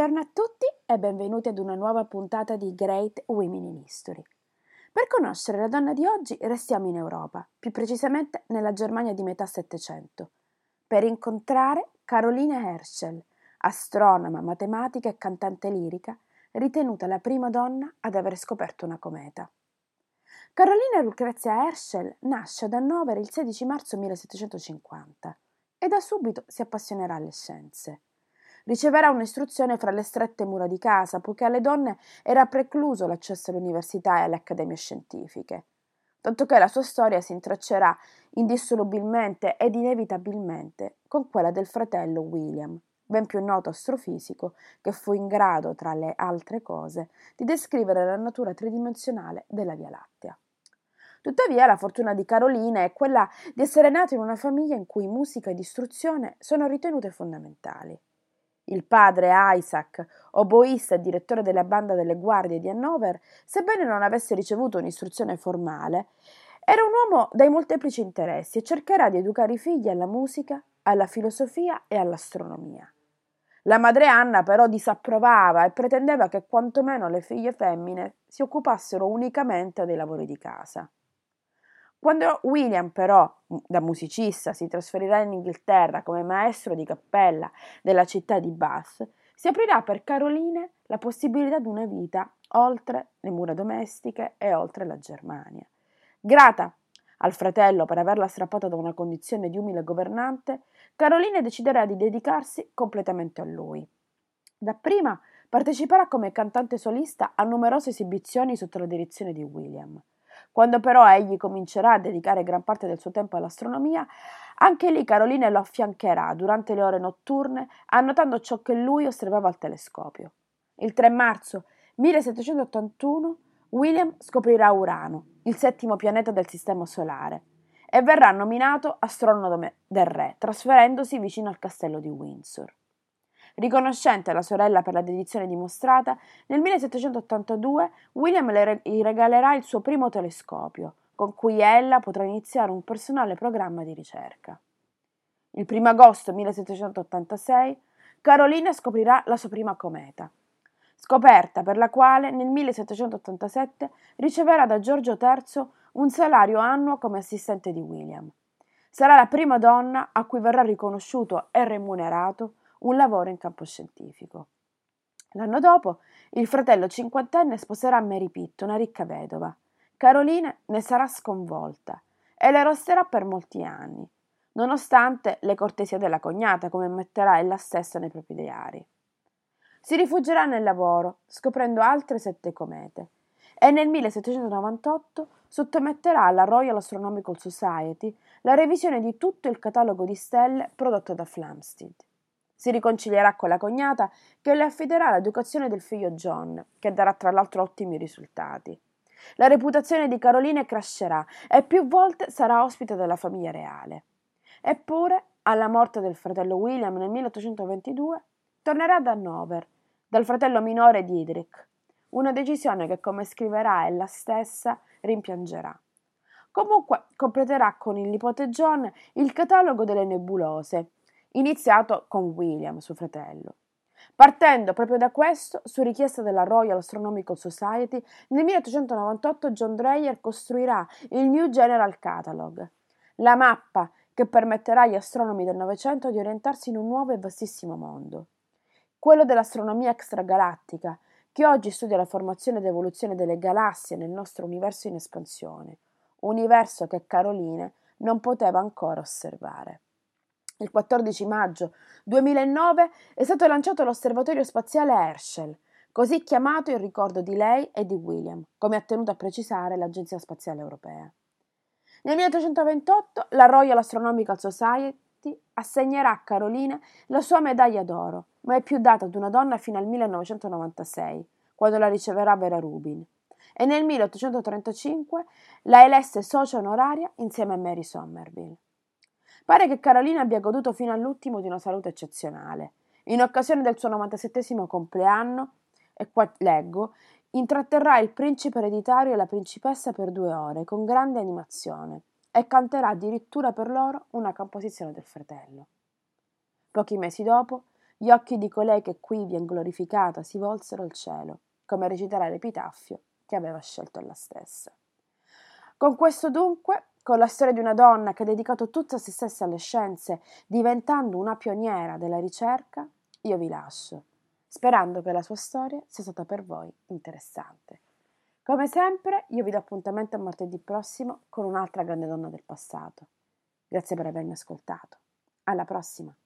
Buongiorno a tutti e benvenuti ad una nuova puntata di Great Women in History. Per conoscere la donna di oggi restiamo in Europa, più precisamente nella Germania di metà Settecento, per incontrare Caroline Herschel, astronoma, matematica e cantante lirica, ritenuta la prima donna ad aver scoperto una cometa. Carolina Lucrezia Herschel nasce ad Hannover il 16 marzo 1750 e da subito si appassionerà alle scienze. Riceverà un'istruzione fra le strette mura di casa, poiché alle donne era precluso l'accesso all'università e alle accademie scientifiche, tanto che la sua storia si intreccerà indissolubilmente ed inevitabilmente con quella del fratello William, ben più noto astrofisico, che fu in grado, tra le altre cose, di descrivere la natura tridimensionale della Via Lattea. Tuttavia, la fortuna di Carolina è quella di essere nata in una famiglia in cui musica ed istruzione sono ritenute fondamentali. Il padre, Isaac, oboista e direttore della banda delle guardie di Hannover, sebbene non avesse ricevuto un'istruzione formale, era un uomo dai molteplici interessi e cercherà di educare i figli alla musica, alla filosofia e all'astronomia. La madre Anna però disapprovava e pretendeva che quantomeno le figlie femmine si occupassero unicamente dei lavori di casa. Quando William però, da musicista, si trasferirà in Inghilterra come maestro di cappella della città di Bath, si aprirà per Caroline la possibilità di una vita oltre le mura domestiche e oltre la Germania. Grata al fratello per averla strappata da una condizione di umile governante, Caroline deciderà di dedicarsi completamente a lui. Dapprima parteciperà come cantante solista a numerose esibizioni sotto la direzione di William. Quando però egli comincerà a dedicare gran parte del suo tempo all'astronomia, anche lì Caroline lo affiancherà durante le ore notturne, annotando ciò che lui osservava al telescopio. Il 3 marzo 1781 William scoprirà Urano, il settimo pianeta del Sistema Solare, e verrà nominato astronomo del re, trasferendosi vicino al castello di Windsor. Riconoscente alla sorella per la dedizione dimostrata, nel 1782 William gli regalerà il suo primo telescopio, con cui ella potrà iniziare un personale programma di ricerca. Il 1 agosto 1786 Carolina scoprirà la sua prima cometa, scoperta per la quale nel 1787 riceverà da Giorgio III un salario annuo come assistente di William. Sarà la prima donna a cui verrà riconosciuto e remunerato un lavoro in campo scientifico. L'anno dopo, il fratello cinquantenne sposerà Mary Pitt, una ricca vedova. Caroline ne sarà sconvolta e le resterà per molti anni, nonostante le cortesie della cognata, come metterà ella stessa nei propri diari. Si rifugierà nel lavoro, scoprendo altre 7 comete, e nel 1798 sottometterà alla Royal Astronomical Society la revisione di tutto il catalogo di stelle prodotto da Flamsteed. Si riconcilierà con la cognata, che le affiderà l'educazione del figlio John, che darà tra l'altro ottimi risultati. La reputazione di Caroline crescerà e più volte sarà ospite della famiglia reale. Eppure, alla morte del fratello William nel 1822, tornerà ad Hannover, dal fratello minore Dietrich, una decisione che, come scriverà ella stessa, rimpiangerà. Comunque completerà con il nipote John il catalogo delle nebulose, iniziato con William, suo fratello. Partendo proprio da questo, su richiesta della Royal Astronomical Society, nel 1898 John Dreyer costruirà il New General Catalogue, la mappa che permetterà agli astronomi del Novecento di orientarsi in un nuovo e vastissimo mondo, quello dell'astronomia extragalattica, che oggi studia la formazione ed evoluzione delle galassie nel nostro universo in espansione, universo che Caroline non poteva ancora osservare. Il 14 maggio 2009 è stato lanciato l'osservatorio spaziale Herschel, così chiamato in ricordo di lei e di William, come ha tenuto a precisare l'Agenzia Spaziale Europea. Nel 1828 la Royal Astronomical Society assegnerà a Caroline la sua medaglia d'oro, mai più data ad una donna fino al 1996, quando la riceverà Vera Rubin, e nel 1835 la elesse socia onoraria insieme a Mary Somerville. Pare che Caroline abbia goduto fino all'ultimo di una salute eccezionale. In occasione del suo 97° compleanno, e qua leggo, intratterrà il principe ereditario e la principessa per 2 ore, con grande animazione, e canterà addirittura per loro una composizione del fratello. Pochi mesi dopo, Gli occhi di colei che qui vien glorificata si volsero al cielo, come a recitare l'epitaffio che aveva scelto ella stessa. Con questo dunque, con la storia di una donna che ha dedicato tutta se stessa alle scienze, diventando una pioniera della ricerca, io vi lascio, sperando che la sua storia sia stata per voi interessante. Come sempre, io vi do appuntamento a martedì prossimo con un'altra grande donna del passato. Grazie per avermi ascoltato. Alla prossima!